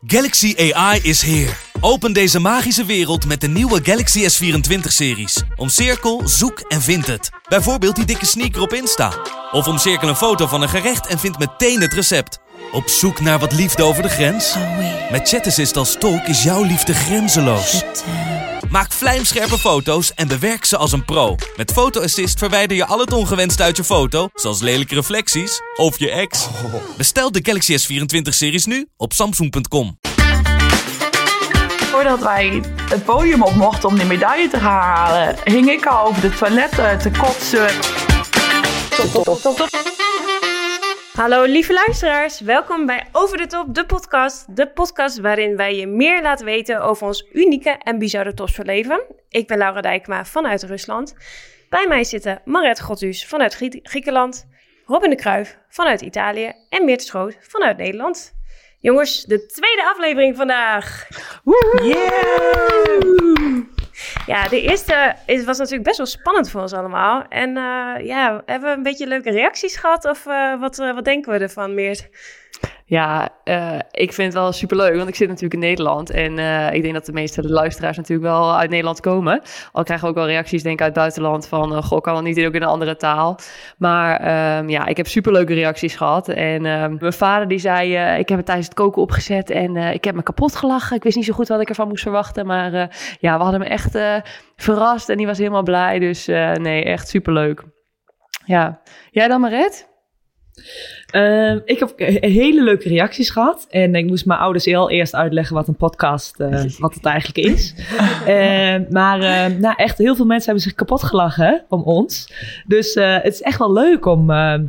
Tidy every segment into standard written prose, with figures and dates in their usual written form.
Galaxy AI is here. Open deze magische wereld met de nieuwe Galaxy S24-series. Omcirkel, zoek en vind het. Bijvoorbeeld die dikke sneaker op Insta. Of omcirkel een foto van een gerecht en vind meteen het recept. Op zoek naar wat liefde over de grens? Met Chat Assist als tolk is jouw liefde grenzeloos. Maak vlijmscherpe foto's en bewerk ze als een pro. Met Photo Assist verwijder je al het ongewenst uit je foto, zoals lelijke reflecties of je ex. Bestel de Galaxy S24-series nu op Samsung.com. Voordat wij het podium op mochten om die medaille te gaan halen, hing ik al over de toiletten te kotsen. Top. Hallo lieve luisteraars, welkom bij Over de Top, de podcast. De podcast waarin wij je meer laten weten over ons unieke en bizarre topsportleven. Ik ben Laura Dijkma vanuit Rusland. Bij mij zitten Maret Godhuus vanuit Griekenland, Robin de Cruijff vanuit Italië en Meert Schoot vanuit Nederland. Jongens, de tweede aflevering vandaag. Yeah! Ja, de eerste was natuurlijk best wel spannend voor ons allemaal. En hebben we een beetje leuke reacties gehad? Of wat denken we ervan, Meert? Ja, ik vind het wel superleuk, want ik zit natuurlijk in Nederland. En ik denk dat de meeste luisteraars natuurlijk wel uit Nederland komen. Al krijgen we ook wel reacties, denk ik, uit het buitenland van... kan het niet ook in een andere taal? Maar ik heb superleuke reacties gehad. En mijn vader die zei, ik heb het tijdens het koken opgezet en ik heb me kapot gelachen. Ik wist niet zo goed wat ik ervan moest verwachten. Maar we hadden me echt verrast en die was helemaal blij. Dus nee, echt superleuk. Ja, jij dan, Maret? Ik heb hele leuke reacties gehad. En ik moest mijn ouders eerst uitleggen wat een podcast, wat het eigenlijk is. Maar echt heel veel mensen hebben zich kapot gelachen om ons. Dus het is echt wel leuk om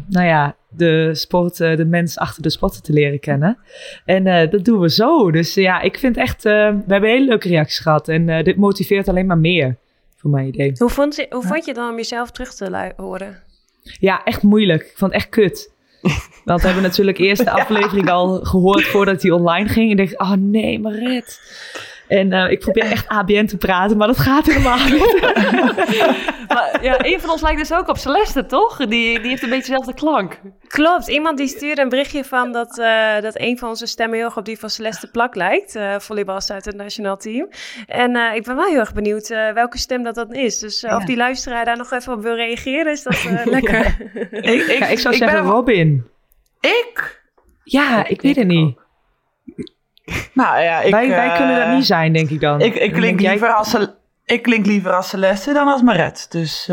de mens achter de sporten te leren kennen. En dat doen we zo. Dus ik vind echt, we hebben hele leuke reacties gehad. En dit motiveert alleen maar meer, voor mijn idee. Hoe vond je het dan om jezelf terug te horen? Ja, echt moeilijk. Ik vond het echt kut. Want we hebben natuurlijk eerst de aflevering al gehoord voordat die online ging. En ik dacht, oh nee, Maret. En ik probeer echt ABN te praten, maar dat gaat helemaal niet. Maar, een van ons lijkt dus ook op Celeste, toch? Die heeft een beetje dezelfde klank. Klopt, iemand die stuurde een berichtje van dat een van onze stemmen heel erg op die van Celeste Plak lijkt. Volleybalster uit het nationaal team. En ik ben wel heel erg benieuwd welke stem dat is. Dus of die luisteraar daar nog even op wil reageren, is dat lekker. Ik zou zeggen Robin. Ik? Ja, ik weet het niet. Nou ja, wij kunnen dat niet zijn, denk ik dan. Ik klink liever als Celeste dan als Maret. Dus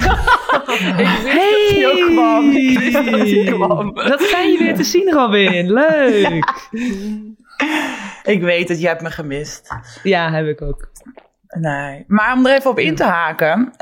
Dat zijn je weer te zien, Robin. Leuk. Ik weet het, je hebt me gemist. Ja, heb ik ook. Nee, maar om er even op in te haken.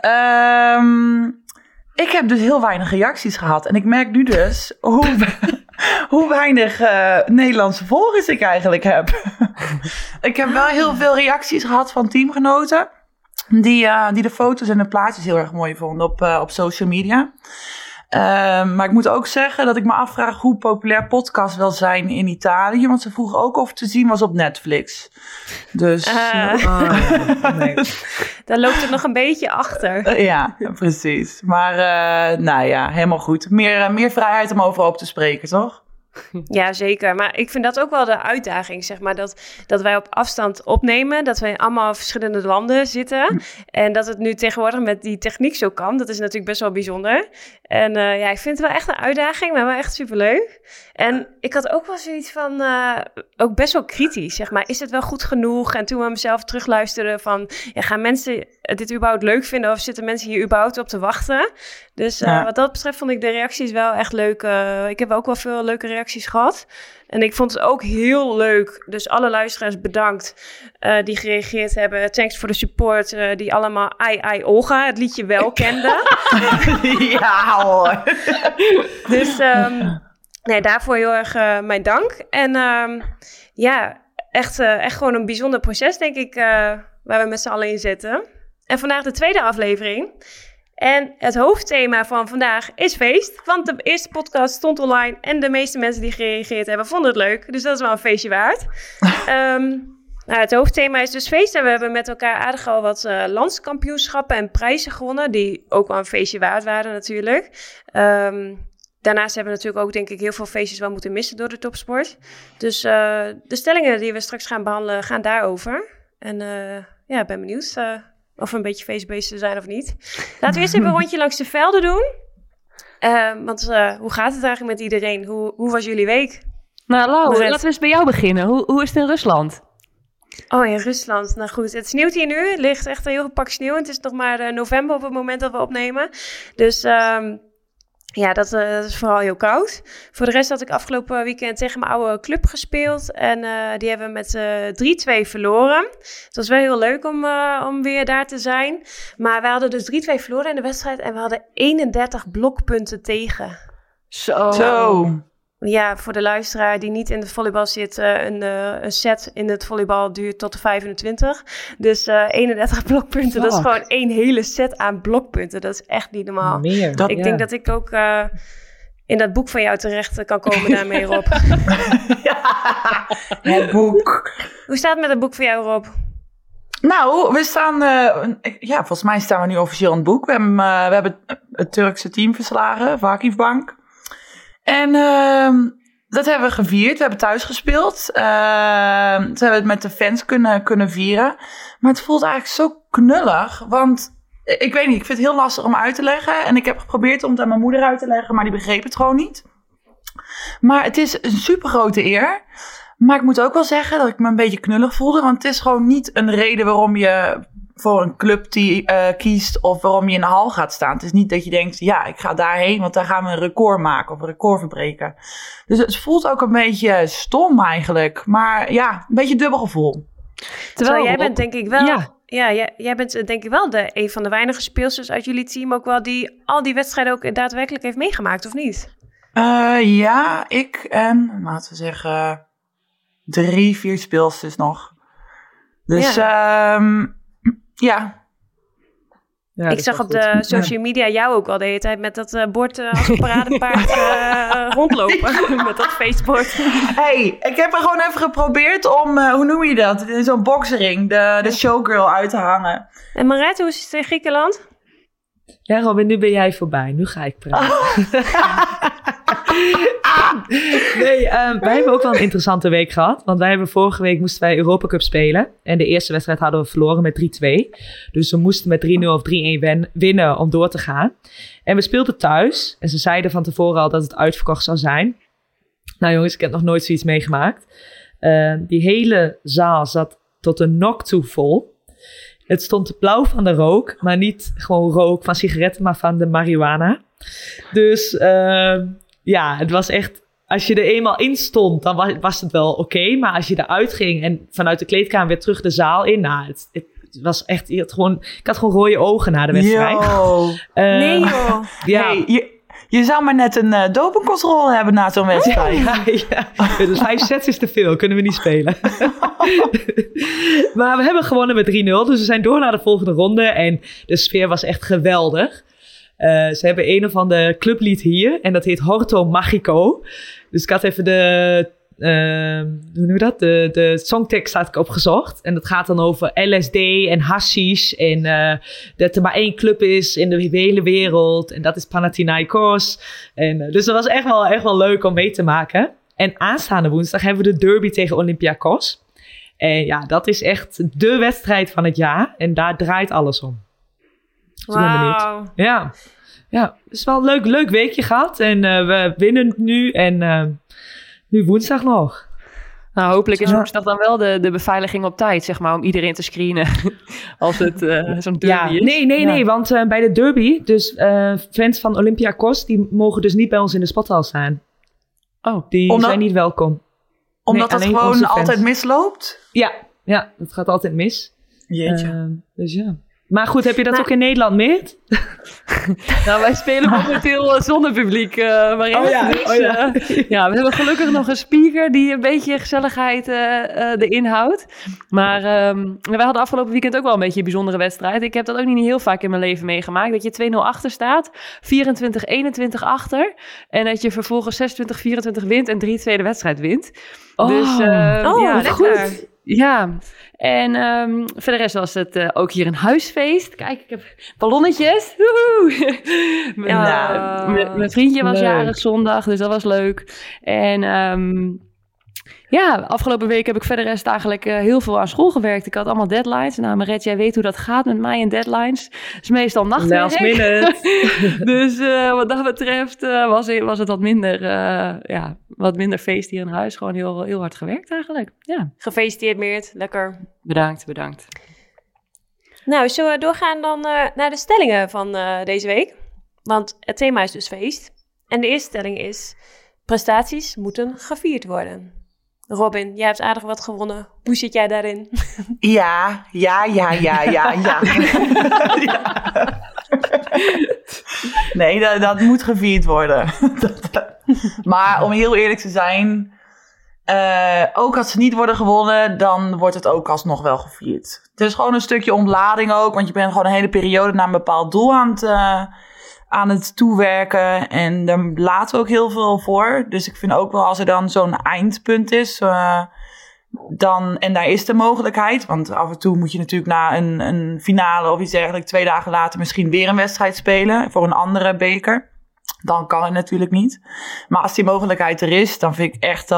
Ik heb dus heel weinig reacties gehad. En ik merk nu dus hoe weinig Nederlandse volgers ik eigenlijk heb. Ik heb wel heel veel reacties gehad van teamgenoten. Die de foto's en de plaatjes heel erg mooi vonden op social media. Maar ik moet ook zeggen dat ik me afvraag hoe populair podcasts wel zijn in Italië. Want ze vroegen ook of het te zien was op Netflix. Dus nee. Daar loopt het nog een beetje achter. Ja, precies. Maar helemaal goed. Meer vrijheid om overal op te spreken, toch? Ja, zeker. Maar ik vind dat ook wel de uitdaging, zeg maar. Dat wij op afstand opnemen. Dat wij in allemaal verschillende landen zitten. En dat het nu tegenwoordig met die techniek zo kan. Dat is natuurlijk best wel bijzonder. En ik vind het wel echt een uitdaging. Maar wel echt superleuk. En ik had ook wel zoiets van... ook best wel kritisch, zeg maar. Is het wel goed genoeg? En toen we mezelf terugluisterden van... gaan mensen dit überhaupt leuk vinden? Of zitten mensen hier überhaupt op te wachten? Dus wat dat betreft vond ik de reacties wel echt leuk. Ik heb ook wel veel leuke reacties gehad. En ik vond het ook heel leuk. Dus alle luisteraars bedankt die gereageerd hebben. Thanks voor de support. Die allemaal Ai Olga, het liedje wel kenden. Ja hoor. Dus daarvoor heel erg mijn dank. En echt gewoon een bijzonder proces, denk ik, waar we met z'n allen in zitten. En vandaag de tweede aflevering. En het hoofdthema van vandaag is feest. Want de eerste podcast stond online en de meeste mensen die gereageerd hebben vonden het leuk. Dus dat is wel een feestje waard. Het hoofdthema is dus feest. En we hebben met elkaar aardig al wat landskampioenschappen en prijzen gewonnen. Die ook wel een feestje waard waren natuurlijk. Daarnaast hebben we natuurlijk ook, denk ik, heel veel feestjes wel moeten missen door de topsport. Dus de stellingen die we straks gaan behandelen, gaan daarover. En ik ben benieuwd of we een beetje feestbeesten zijn of niet. Laten we eerst even een rondje langs de velden doen. Want hoe gaat het eigenlijk met iedereen? Hoe was jullie week? Nou, Lau, laten we eens bij jou beginnen. Hoe is het in Rusland? Oh, in Rusland. Nou goed, het sneeuwt hier nu. Het ligt echt een heel veel pak sneeuw. Het is nog maar november op het moment dat we opnemen. Dus dat is vooral heel koud. Voor de rest had ik afgelopen weekend tegen mijn oude club gespeeld. En die hebben we met 3-2 verloren. Het was wel heel leuk om weer daar te zijn. Maar we hadden dus 3-2 verloren in de wedstrijd. En we hadden 31 blokpunten tegen. Zo. Ja, voor de luisteraar die niet in de volleybal zit, een set in het volleybal duurt tot de 25. Dus 31 blokpunten, dat is gewoon 1 hele set aan blokpunten. Dat is echt niet normaal. Meer. Ik denk dat ik ook in dat boek van jou terecht kan komen daarmee, Rob. Het boek. Hoe staat het met het boek van jou, Rob? Nou, we staan... volgens mij staan we nu officieel in het boek. We hebben het Turkse team verslagen, Vakifbank. En dat hebben we gevierd. We hebben thuis gespeeld. Toen hebben we het met de fans kunnen vieren. Maar het voelt eigenlijk zo knullig. Want ik weet niet, ik vind het heel lastig om uit te leggen. En ik heb geprobeerd om het aan mijn moeder uit te leggen, maar die begreep het gewoon niet. Maar het is een supergrote eer. Maar ik moet ook wel zeggen dat ik me een beetje knullig voelde. Want het is gewoon niet een reden waarom je voor een club die kiest of waarom je in de hal gaat staan. Het is niet dat je denkt, ja, ik ga daarheen, want daar gaan we een record maken of een record verbreken. Dus het voelt ook een beetje stom eigenlijk. Maar ja, een beetje dubbel gevoel. Terwijl jij bent denk ik wel... Ja, jij bent denk ik wel een van de weinige speelsters uit jullie team ook wel die al die wedstrijden ook daadwerkelijk heeft meegemaakt, of niet? Ja, ik en, laten we zeggen, 3-4 speelsters nog. Dus ja. Ik zag op de social media jou ook al de hele tijd met dat bord als paradepaard rondlopen. Met dat feestbord. Hey, ik heb er gewoon even geprobeerd om, hoe noem je dat? Zo'n boxering, de showgirl uit te hangen. En Mariette, hoe is het in Griekenland? Ja, Robin, nu ben jij voorbij. Nu ga ik praten. Nee, wij hebben ook wel een interessante week gehad. Want vorige week moesten wij Europa Cup spelen. En de eerste wedstrijd hadden we verloren met 3-2. Dus we moesten met 3-0 of 3-1 winnen om door te gaan. En we speelden thuis. En ze zeiden van tevoren al dat het uitverkocht zou zijn. Nou jongens, ik heb nog nooit zoiets meegemaakt. Die hele zaal zat tot een nok toe vol. Het stond blauw van de rook. Maar niet gewoon rook van sigaretten, maar van de marihuana. Dus het was echt... Als je er eenmaal in stond, dan was het wel oké. Maar als je eruit ging en vanuit de kleedkamer weer terug de zaal in... Nou, het was echt... Ik had gewoon rode ogen na de wedstrijd. Nee joh. Ja. Hey, je zou maar net een dopingcontrole hebben na zo'n wedstrijd. Ja. Dus 5 sets is te veel. Kunnen we niet spelen. Maar we hebben gewonnen met 3-0. Dus we zijn door naar de volgende ronde. En de sfeer was echt geweldig. Ze hebben een of ander clublied hier. En dat heet Horto Magico. Dus ik had even hoe noem je dat? De songtekst had ik opgezocht. En dat gaat dan over LSD en hashish. En dat er maar 1 club is in de hele wereld. En dat is Panathinaikos. En, dus dat was echt wel leuk om mee te maken. En aanstaande woensdag hebben we de derby tegen Olympiakos. En ja, dat is echt de wedstrijd van het jaar. En daar draait alles om. Dus ik ben benieuwd. Ja, het is wel een leuk weekje gehad. En we winnen nu. En nu woensdag nog. Nou, hopelijk is woensdag dan wel de beveiliging op tijd, zeg maar, om iedereen te screenen. Als het zo'n derby is. Nee, want bij de derby, dus fans van Olympiakos, die mogen dus niet bij ons in de sporthal staan. Oh. Die zijn niet welkom. Omdat het gewoon altijd misloopt? Ja, dat gaat altijd mis. Jeetje. Dus ja. Maar goed, heb je dat ook in Nederland mee? Nou, wij spelen momenteel zonder publiek, ja, we hebben gelukkig nog een speaker die een beetje gezelligheid erin houdt. Maar we hadden afgelopen weekend ook wel een beetje een bijzondere wedstrijd. Ik heb dat ook niet heel vaak in mijn leven meegemaakt. Dat je 2-0 achter staat, 24-21 achter. En dat je vervolgens 26-24 wint en 3-2 de wedstrijd wint. Oh, dus, lekker. Goed. Ja, en voor de rest was het ook hier een huisfeest. Kijk, ik heb ballonnetjes. Woehoe! Mijn vriendje was jarig zondag, dus dat was leuk. En afgelopen week heb ik verder rest eigenlijk heel veel aan school gewerkt. Ik had allemaal deadlines. Nou, Maret, jij weet hoe dat gaat met mij en deadlines. Het is meestal nachtwerk. Last minute. Dus wat dat betreft was het wat minder feest hier in huis. Gewoon heel, heel hard gewerkt eigenlijk. Ja. Gefeliciteerd, Meert. Lekker. Bedankt. Nou, zullen we doorgaan dan naar de stellingen van deze week? Want het thema is dus feest. En de eerste stelling is: prestaties moeten gevierd worden. Robin, jij hebt aardig wat gewonnen. Hoe zit jij daarin? Ja. Nee, dat moet gevierd worden. Maar om heel eerlijk te zijn, ook als ze niet worden gewonnen, dan wordt het ook alsnog wel gevierd. Het is gewoon een stukje ontlading ook, want je bent gewoon een hele periode naar een bepaald doel aan het toewerken. En daar laten we ook heel veel voor. Dus ik vind ook wel, als er dan zo'n eindpunt is, en daar is de mogelijkheid. Want af en toe moet je natuurlijk na een finale of iets dergelijks 2 dagen later misschien weer een wedstrijd spelen voor een andere beker. Dan kan het natuurlijk niet. Maar als die mogelijkheid er is, dan vind ik echt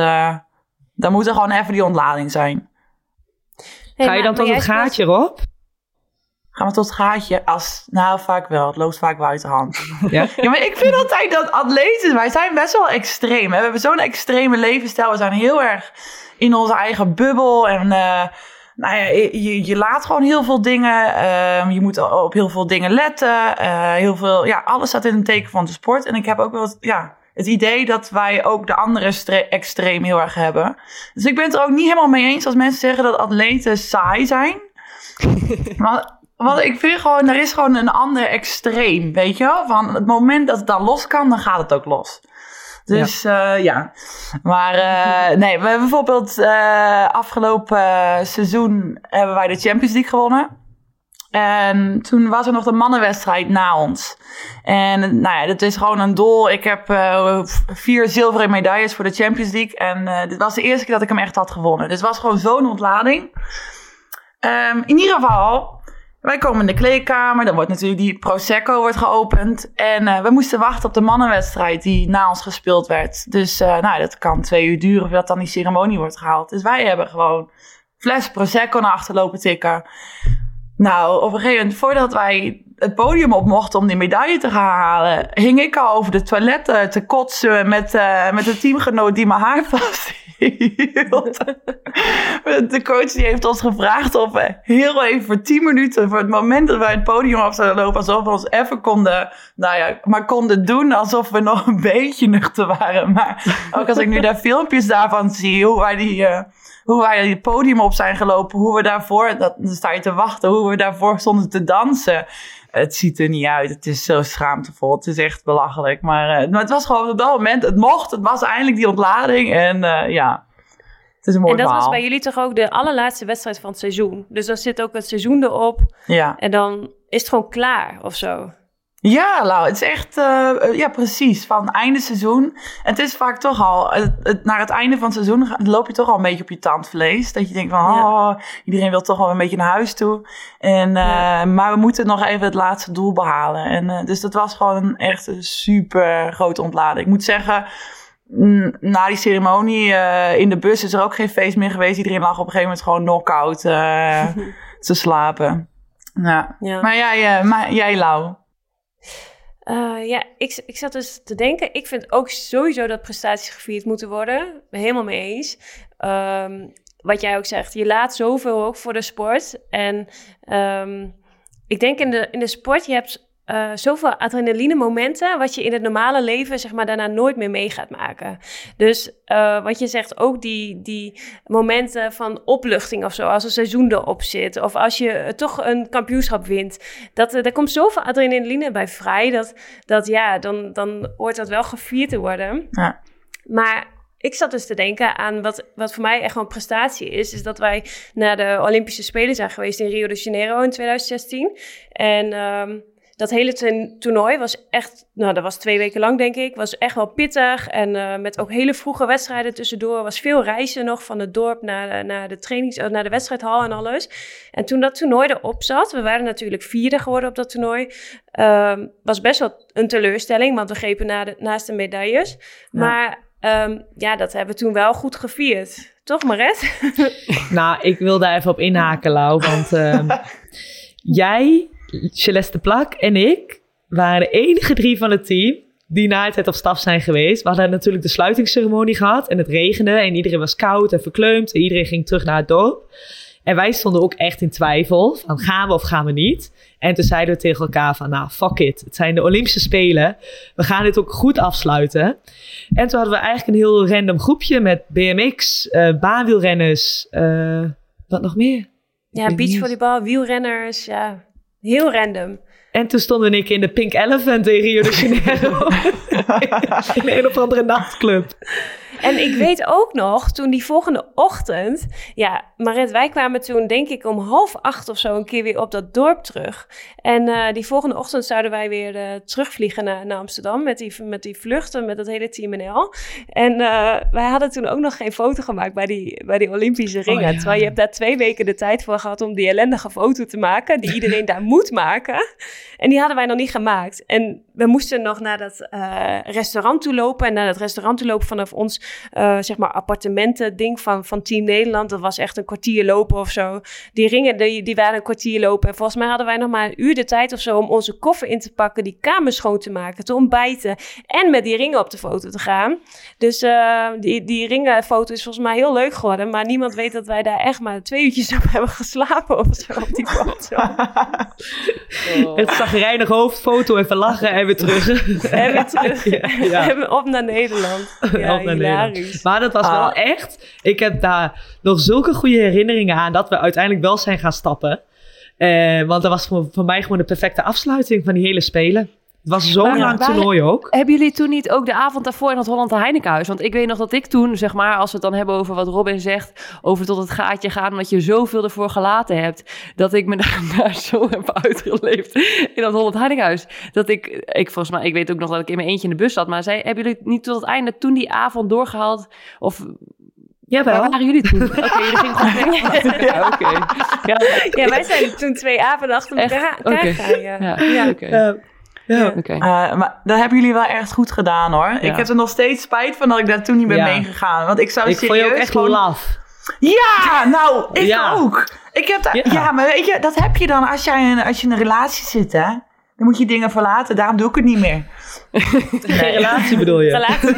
dan moet er gewoon even die ontlading zijn. Ga je dan tot het gaatje, Rob? Gaan we tot het gaatje? Nou, vaak wel. Het loopt vaak wel uit de hand. Ja? Ja, maar ik vind altijd dat atleten, wij zijn best wel extreem. Hè? We hebben zo'n extreme levensstijl. We zijn heel erg in onze eigen bubbel. En je laat gewoon heel veel dingen. Je moet op heel veel dingen letten. Alles staat in het teken van de sport. En ik heb ook wel het idee dat wij ook de andere extreem heel erg hebben. Dus ik ben het er ook niet helemaal mee eens als mensen zeggen dat atleten saai zijn. Want ik vind gewoon, er is gewoon een ander extreem, weet je wel? Van het moment dat het dan los kan, dan gaat het ook los. Dus Maar we hebben bijvoorbeeld afgelopen seizoen hebben wij de Champions League gewonnen. En toen was er nog de mannenwedstrijd na ons. En dat is gewoon een doel. Ik heb 4 zilveren medailles voor de Champions League. En dit was de eerste keer dat ik hem echt had gewonnen. Dus het was gewoon zo'n ontlading. In ieder geval, wij komen in de kleedkamer. Dan wordt natuurlijk die Prosecco geopend. En we moesten wachten op de mannenwedstrijd die na ons gespeeld werd. Dus dat kan 2 uur duren voordat dan die ceremonie wordt gehaald. Dus wij hebben gewoon fles Prosecco naar achter lopen tikken. Nou, op een gegeven moment, voordat wij het podium op mochten om die medaille te gaan halen, hing ik al over de toiletten te kotsen met een teamgenoot die mijn haar vasthield. De coach die heeft ons gevraagd of we heel even voor 10 minuten, voor het moment dat wij het podium op zouden lopen, alsof we ons even konden doen alsof we nog een beetje nuchter waren. Maar ook als ik nu daar filmpjes daarvan zie, hoe wij die podium op zijn gelopen, hoe we daarvoor, dan sta je te wachten, hoe we daarvoor stonden te dansen. Het ziet er niet uit. Het is zo schaamtevol. Het is echt belachelijk. Maar het was gewoon op dat moment, het mocht. Het was eindelijk die ontlading. En het is een mooi verhaal. En dat was bij jullie toch ook de allerlaatste wedstrijd van het seizoen. Dus dan zit ook het seizoen erop. Ja. En dan is het gewoon klaar of zo. Ja, Lau, het is echt, precies, van einde seizoen. Het is vaak toch al, naar het einde van het seizoen loop je toch al een beetje op je tandvlees. Dat je denkt van, iedereen wil toch wel een beetje naar huis toe. En, maar we moeten nog even het laatste doel behalen. En dus dat was gewoon echt een super grote ontlading. Ik moet zeggen, na die ceremonie in de bus is er ook geen feest meer geweest. Iedereen lag op een gegeven moment gewoon knock-out te slapen. Ja. Maar jij, Lau? Ik zat dus te denken, ik vind ook sowieso dat prestaties gevierd moeten worden. Helemaal mee eens. Wat jij ook zegt, je laat zoveel ook voor de sport. En ik denk in de sport, je hebt zoveel adrenaline momenten, wat je in het normale leven zeg maar daarna nooit meer mee gaat maken. Dus wat je zegt, ook die momenten van opluchting of zo, als een seizoen erop zit, of als je toch een kampioenschap wint, daar komt zoveel adrenaline bij vrij, dan hoort dat wel gevierd te worden. Ja. Maar ik zat dus te denken aan wat voor mij echt wel een prestatie is dat wij naar de Olympische Spelen zijn geweest in Rio de Janeiro in 2016. En dat hele toernooi was echt, nou dat was 2 weken lang denk ik, was echt wel pittig. En met ook hele vroege wedstrijden tussendoor. Was veel reizen nog van het dorp naar de wedstrijdhal en alles. En toen dat toernooi erop zat, we waren natuurlijk 4e geworden op dat toernooi. Was best wel een teleurstelling, want we grepen naast de medailles. Ja. Maar dat hebben we toen wel goed gevierd. Toch, Maret? Nou, ik wil daar even op inhaken, Lau. Want jij, Celeste Plak en ik waren de enige 3 van het team die na het op staf zijn geweest. We hadden natuurlijk de sluitingsceremonie gehad en het regende en iedereen was koud en verkleumd. En iedereen ging terug naar het dorp. En wij stonden ook echt in twijfel van gaan we of gaan we niet. En toen zeiden we tegen elkaar van nou, fuck it. Het zijn de Olympische Spelen. We gaan dit ook goed afsluiten. En toen hadden we eigenlijk een heel random groepje met BMX, baanwielrenners, wat nog meer? Ja, beachvolleybal, wielrenners, ja, heel random. En toen stonden we in de Pink Elephant in Rio de Janeiro. In een of andere nachtclub. En ik weet ook nog, toen die volgende ochtend... Ja, Maret, wij kwamen toen denk ik om 7:30 of zo een keer weer op dat dorp terug. En die volgende ochtend zouden wij weer terugvliegen naar Amsterdam met die vluchten, met dat hele Team NL. En wij hadden toen ook nog geen foto gemaakt bij die Olympische ringen. Oh, ja. Terwijl je hebt daar 2 weken de tijd voor gehad om die ellendige foto te maken, die iedereen daar moet maken. En die hadden wij nog niet gemaakt. En we moesten nog naar dat restaurant toe lopen. En naar dat restaurant toe lopen vanaf ons appartementen ding van Team Nederland. Dat was echt een kwartier lopen of zo. Die ringen, die waren een kwartier lopen. En volgens mij hadden wij nog maar 1 uur de tijd of zo om onze koffer in te pakken, die kamer schoon te maken, te ontbijten en met die ringen op de foto te gaan. Dus die ringenfoto is volgens mij heel leuk geworden. Maar niemand weet dat wij daar echt maar 2 uurtjes op hebben geslapen of zo op die foto. Het zagrijnig hoofdfoto, even lachen en weer terug. En weer terug. Ja. Op naar Nederland. Ja, op naar Nederland. Maar dat was wel echt... Ik heb daar nog zulke goede herinneringen aan dat we uiteindelijk wel zijn gaan stappen. Want dat was voor mij gewoon de perfecte afsluiting van die hele Spelen. Het was zo'n lang toernooi ook. Hebben jullie toen niet ook de avond daarvoor in het Holland Heinekenhuis? Want ik weet nog dat ik toen, zeg maar, als we het dan hebben over wat Robin zegt, over tot het gaatje gaan, omdat je zoveel ervoor gelaten hebt, dat ik me daar zo heb uitgeleefd in dat Holland Heinekenhuis. Dat ik volgens mij, ik weet ook nog dat ik in mijn eentje in de bus zat, maar hebben jullie niet tot het einde toen die avond doorgehaald? Of... Jawel. Waar waren jullie toen? Oké, jullie gingen gewoon weg. Ja, oké. Ja, wij zijn toen 2 avonden achter elkaar gaan. Ja, oké. Ja. Okay. Maar dat hebben jullie wel echt goed gedaan hoor. Ja. Ik heb er nog steeds spijt van dat ik daar toen niet ben meegegaan. Want ik zou serieus vond je ook echt gewoon... laf. Ja, nou, ik ook. Ik heb daar... maar weet je, dat heb je dan als je in een relatie zit, hè. Dan moet je dingen verlaten. Daarom doe ik het niet meer. Geen relatie bedoel je? Relatie.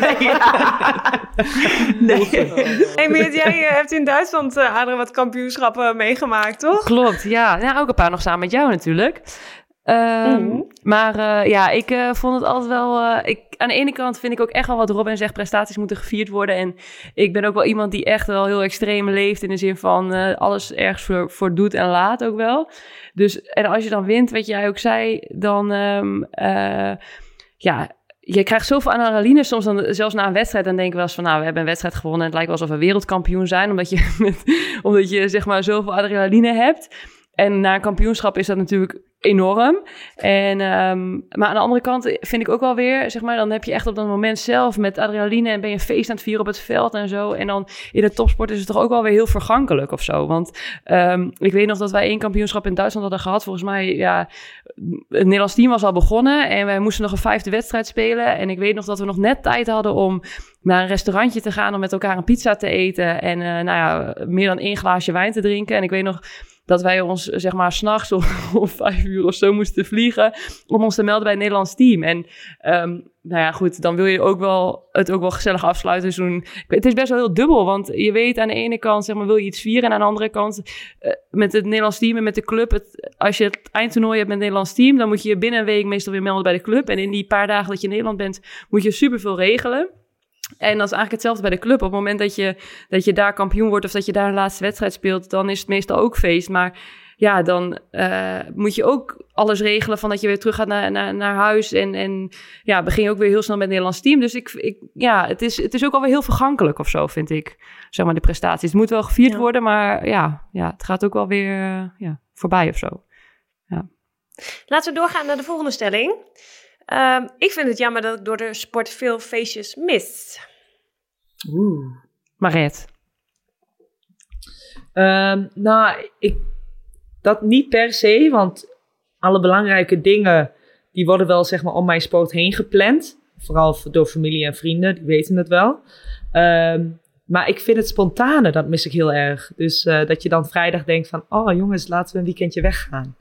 Nee. Hey Meert, jij hebt in Duitsland aardig wat kampioenschappen meegemaakt, toch? Klopt, ja. Nou, ook een paar nog samen met jou natuurlijk. Maar ik vond het altijd wel... aan de ene kant vind ik ook echt wel wat Robin zegt, prestaties moeten gevierd worden. En ik ben ook wel iemand die echt wel heel extreem leeft in de zin van alles ergens voor doet en laat ook wel. Dus, en als je dan wint, wat jij ook zei, dan... je krijgt zoveel adrenaline. Soms dan, zelfs na een wedstrijd, dan denk ik wel eens van... nou, we hebben een wedstrijd gewonnen en het lijkt wel alsof we wereldkampioen zijn. Omdat je zeg maar zoveel adrenaline hebt. En na een kampioenschap is dat natuurlijk enorm. Maar aan de andere kant vind ik ook wel weer, zeg maar, dan heb je echt op dat moment zelf met adrenaline en ben je een feest aan het vieren op het veld en zo. En dan in de topsport is het toch ook wel weer heel vergankelijk of zo. Want ik weet nog dat wij 1 kampioenschap in Duitsland hadden gehad. Volgens mij, ja, het Nederlands team was al begonnen en wij moesten nog een 5e wedstrijd spelen. En ik weet nog dat we nog net tijd hadden om naar een restaurantje te gaan om met elkaar een pizza te eten en meer dan 1 glaasje wijn te drinken. En ik weet nog dat wij ons, zeg maar, 's nachts om 5 uur of zo moesten vliegen om ons te melden bij het Nederlands team. En goed, dan wil je het ook wel gezellig afsluiten. Dus het is best wel heel dubbel, want je weet aan de ene kant, zeg maar, wil je iets vieren en aan de andere kant met het Nederlands team en met de club. Als je het eindtoernooi hebt met het Nederlands team, dan moet je binnen een week meestal weer melden bij de club. En in die paar dagen dat je in Nederland bent, moet je superveel regelen. En dat is eigenlijk hetzelfde bij de club. Op het moment dat je daar kampioen wordt of dat je daar een laatste wedstrijd speelt, dan is het meestal ook feest. Maar ja, dan moet je ook alles regelen van dat je weer terug gaat naar huis. En ja, begin je ook weer heel snel met het Nederlands team. Dus het is ook alweer heel vergankelijk of zo, vind ik. Zeg maar, de prestaties. Het moet wel gevierd worden, maar ja, het gaat ook wel weer voorbij of zo. Ja. Laten we doorgaan naar de volgende stelling. Ik vind het jammer dat ik door de sport veel feestjes mis. Mariette. Dat niet per se, want alle belangrijke dingen, die worden wel zeg maar om mijn sport heen gepland. Vooral door familie en vrienden, die weten het wel. Maar ik vind het spontane, dat mis ik heel erg. Dus dat je dan vrijdag denkt van, oh jongens, laten we een weekendje weggaan.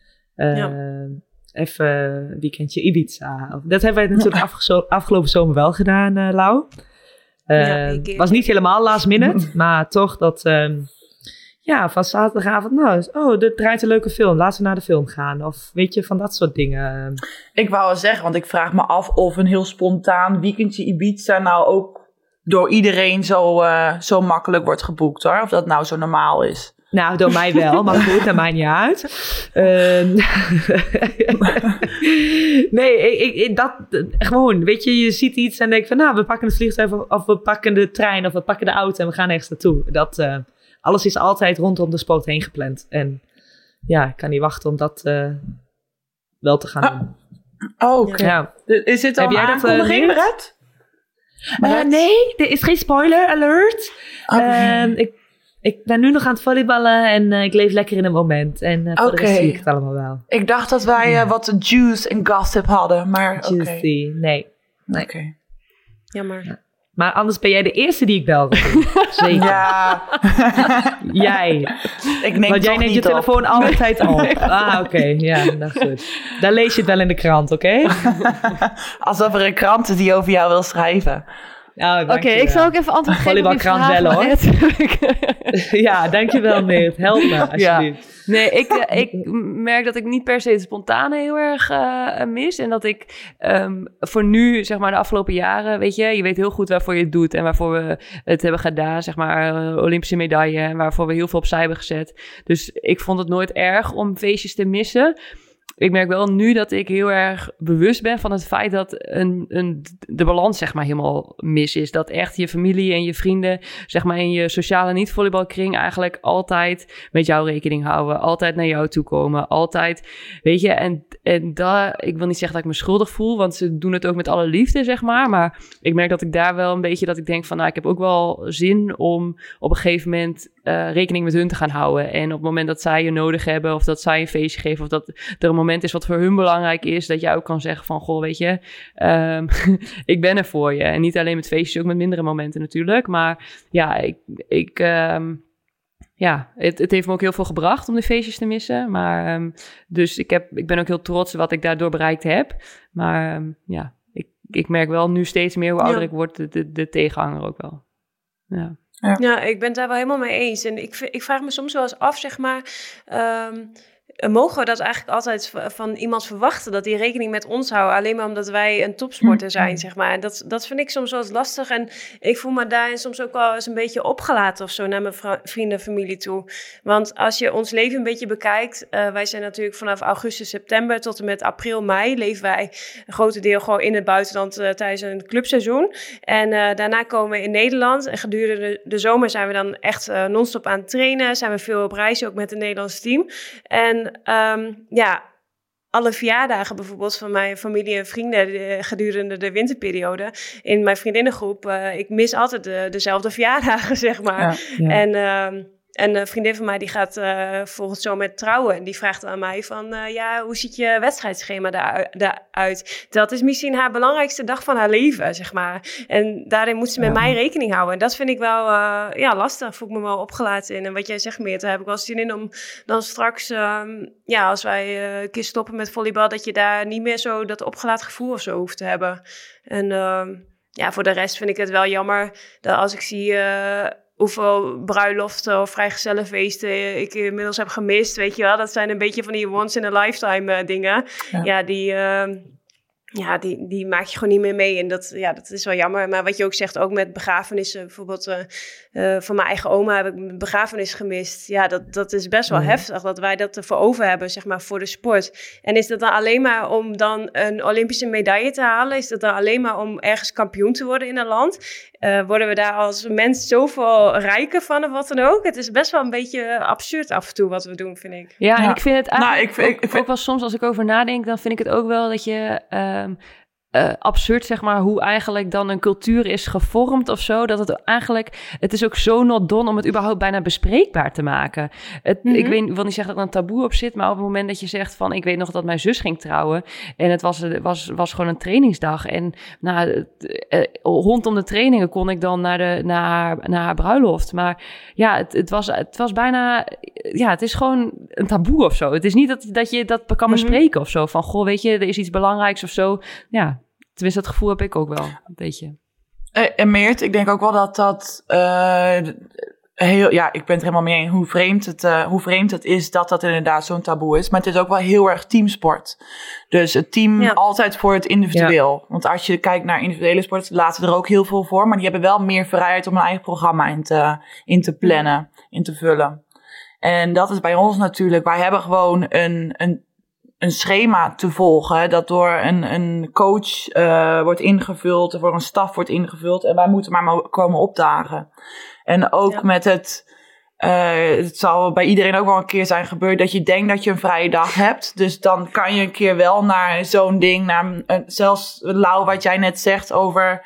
Even een weekendje Ibiza. Dat hebben wij natuurlijk afgelopen zomer wel gedaan, Lau. Was niet helemaal last minute, maar toch dat... van zaterdagavond, er draait een leuke film. Laten we naar de film gaan. Of weet je, van dat soort dingen. Ik wou wel zeggen, want ik vraag me af of een heel spontaan weekendje Ibiza nou ook door iedereen zo makkelijk wordt geboekt, hoor. Of dat nou zo normaal is. Nou, door mij wel, maar goed, dat maakt niet uit. Gewoon, weet je ziet iets en denkt van, we pakken het vliegtuig of we pakken de trein of we pakken de auto en we gaan ergens naartoe. Alles is altijd rondom de sport heen gepland. En ja, ik kan niet wachten om dat wel te gaan doen. Oké. Ja. Is dit al een aankondiging, Brett? Nee, er is geen spoiler alert. Ik ben nu nog aan het volleyballen en ik leef lekker in het moment. En voor de rest zie ik het allemaal wel. Ik dacht dat wij wat juice en gossip hadden, maar juicy, nee. Oké. Jammer. Ja. Maar anders ben jij de eerste die ik bel. Zeker. Ja. Jij. Want jij neemt je telefoon altijd op. Oké. Ja, nou goed. Dan lees je het wel in de krant, oké? Alsof er een krant is die over jou wil schrijven. Oké, ik zal ook even antwoord geven op je vraag. Bellen, hoor. Ja, dankjewel, Meert. Help me, alsjeblieft. Ja. Nee, ik merk dat ik niet per se het spontane heel erg mis. En dat ik voor nu, zeg maar de afgelopen jaren, weet je weet heel goed waarvoor je het doet. En waarvoor we het hebben gedaan, zeg maar Olympische medaille. En waarvoor we heel veel opzij hebben gezet. Dus ik vond het nooit erg om feestjes te missen. Ik merk wel nu dat ik heel erg bewust ben van het feit dat de balans zeg maar helemaal mis is. Dat echt je familie en je vrienden zeg maar in je sociale niet-volleybalkring eigenlijk altijd met jou rekening houden. Altijd naar jou toe komen. Altijd, weet je. En daar, ik wil niet zeggen dat ik me schuldig voel, want ze doen het ook met alle liefde zeg maar. Maar ik merk dat ik daar wel een beetje dat ik denk van ik heb ook wel zin om op een gegeven moment rekening met hun te gaan houden. En op het moment dat zij je nodig hebben of dat zij een feestje geven of dat er een moment is wat voor hun belangrijk is, dat jij ook kan zeggen van, goh, weet je, ik ben er voor je. En niet alleen met feestjes, ook met mindere momenten natuurlijk. Maar ja, het heeft me ook heel veel gebracht om de feestjes te missen. Maar dus ik ben ook heel trots wat ik daardoor bereikt heb. Maar ik merk wel nu steeds meer hoe ouder ik word, de tegenhanger ook wel. Ja. Ja, ik ben het daar wel helemaal mee eens. En ik vraag me soms wel eens af, zeg maar, mogen we dat eigenlijk altijd van iemand verwachten, dat die rekening met ons houden, alleen maar omdat wij een topsporter zijn, zeg maar. En dat vind ik soms wel eens lastig en ik voel me daarin soms ook wel eens een beetje opgelaten of zo naar mijn vrienden en familie toe. Want als je ons leven een beetje bekijkt, wij zijn natuurlijk vanaf augustus, september tot en met april, mei, leven wij een grote deel gewoon in het buitenland tijdens een clubseizoen. En daarna komen we in Nederland en gedurende de zomer zijn we dan echt non-stop aan het trainen, zijn we veel op reis, ook met het Nederlandse team. En alle verjaardagen bijvoorbeeld van mijn familie en vrienden gedurende de winterperiode in mijn vriendinnengroep, ik mis altijd dezelfde verjaardagen, zeg maar. Ja. En een vriendin van mij die gaat volgend zomer trouwen. En die vraagt aan mij van, hoe ziet je wedstrijdschema daaruit? Dat is misschien haar belangrijkste dag van haar leven, zeg maar. En daarin moet ze met mij rekening houden. En dat vind ik wel lastig. Voel ik me wel opgelaten in. En wat jij zegt, Meert, daar heb ik wel zin in om dan straks, als wij een keer stoppen met volleybal, dat je daar niet meer zo dat opgelaten gevoel of zo hoeft te hebben. En voor de rest vind ik het wel jammer dat als ik zie hoeveel bruiloften of vrijgezellenfeesten ik inmiddels heb gemist, weet je wel. Dat zijn een beetje van die once in a lifetime dingen. Ja, die Ja, die maak je gewoon niet meer mee. En dat is wel jammer. Maar wat je ook zegt, ook met begrafenissen. Bijvoorbeeld van mijn eigen oma heb ik een begrafenis gemist. Ja, dat is best wel heftig dat wij dat ervoor over hebben, zeg maar, voor de sport. En is dat dan alleen maar om dan een Olympische medaille te halen? Is dat dan alleen maar om ergens kampioen te worden in een land? Worden we daar als mens zoveel rijker van of wat dan ook? Het is best wel een beetje absurd af en toe wat we doen, vind ik. Ja, en ik vind het eigenlijk ik vind ook wel soms als ik over nadenk, dan vind ik het ook wel dat je absurd, zeg maar, hoe eigenlijk dan een cultuur is gevormd of zo. Dat het eigenlijk, het is ook zo not done om het überhaupt bijna bespreekbaar te maken. Ik wil niet zeggen dat er een taboe op zit, maar op het moment dat je zegt van, ik weet nog dat mijn zus ging trouwen en het was gewoon een trainingsdag en rondom de trainingen kon ik dan naar haar bruiloft. Maar ja, het was bijna, ja, het is gewoon een taboe of zo. Het is niet dat je dat kan bespreken of zo. Van, goh, weet je, er is iets belangrijks of zo. Ja, tenminste, dat gevoel heb ik ook wel, een beetje. En Meert, ik denk ook wel dat ik ben het helemaal mee eens hoe vreemd het is dat inderdaad zo'n taboe is. Maar het is ook wel heel erg teamsport. Dus het team altijd voor het individueel. Ja. Want als je kijkt naar individuele sport, laten er ook heel veel voor. Maar die hebben wel meer vrijheid om een eigen programma in te plannen, in te vullen. En dat is bij ons natuurlijk, wij hebben gewoon een schema te volgen dat door een coach wordt ingevuld, of door een staf wordt ingevuld. En wij moeten maar komen opdagen. En ook met het zal bij iedereen ook wel een keer zijn gebeurd dat je denkt dat je een vrije dag hebt. Dus dan kan je een keer wel naar zo'n ding, zelfs Lau, wat jij net zegt over